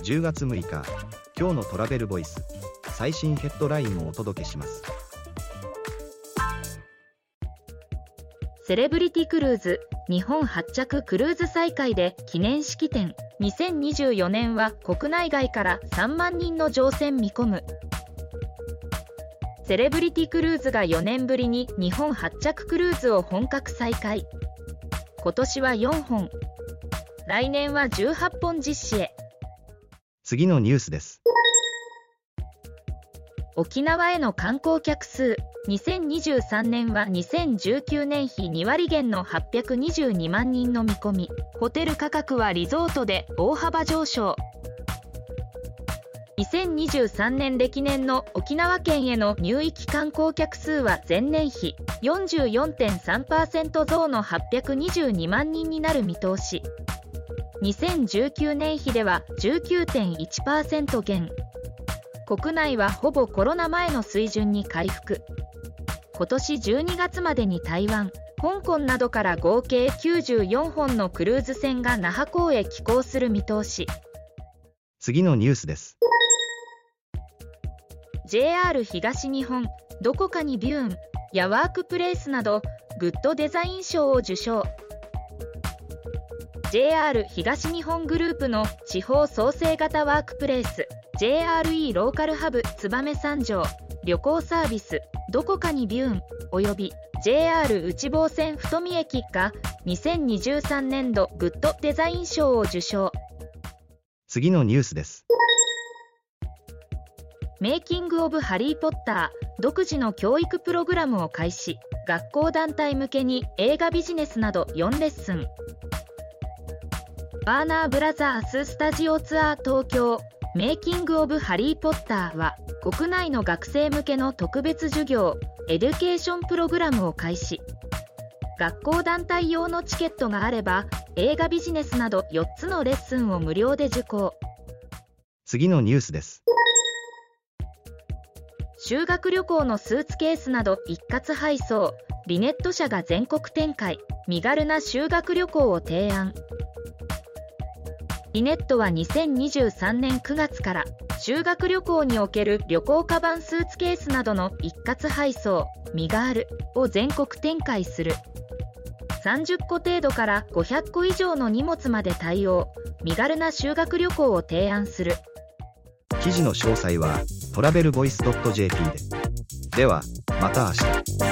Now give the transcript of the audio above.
10月6日、今日のトラベルボイス、最新ヘッドラインをお届けします。 セレブリティクルーズ、日本発着クルーズ再開で記念式典。2024年は国内外から3万人の乗船見込む。セレブリティクルーズが4年ぶりに日本発着クルーズを本格再開。今年は4本。来年は18本実施へ。 次のニュースです。 沖縄への観光客数。2023年は2019年比2割減の822万人の見込み。ホテル価格はリゾートで大幅上昇。2023年歴年の沖縄県への入域観光客数は前年比 44.3% 増の822万人になる見通し。2019年比では 19.1% 減。国内はほぼコロナ前の水準に回復。今年12月までに台湾、香港などから合計94本のクルーズ船が那覇港へ寄港する見通し。 次のニュースです。 JR 東日本、どこかにビューンやワークプレイスなどグッドデザイン賞を受賞。JR 東日本グループの地方創生型ワークプレイス JRE ローカルハブ燕三条旅行サービスどこかにビューンおよび JR 内房線太見駅が2023年度グッドデザイン賞を受賞。 次のニュースです。 メイキングオブハリーポッター独自の教育プログラムを開始。学校団体向けに映画ビジネスなど4レッスン。ワーナーブラザーススタジオツアー東京メイキングオブハリーポッターは国内の学生向けの特別授業エデュケーションプログラムを開始。学校団体用のチケットがあれば映画ビジネスなど4つのレッスンを無料で受講。 次のニュースです。 修学旅行のスーツケースなど一括配送。リネット社が全国展開。身軽な修学旅行を提案。リネットは2023年9月から修学旅行における旅行カバンスーツケースなどの一括配送身軽を全国展開する。30個程度から500個以上の荷物まで対応。身軽な修学旅行を提案する。 記事の詳細はトラベルボイス .jp で。ではまた明日。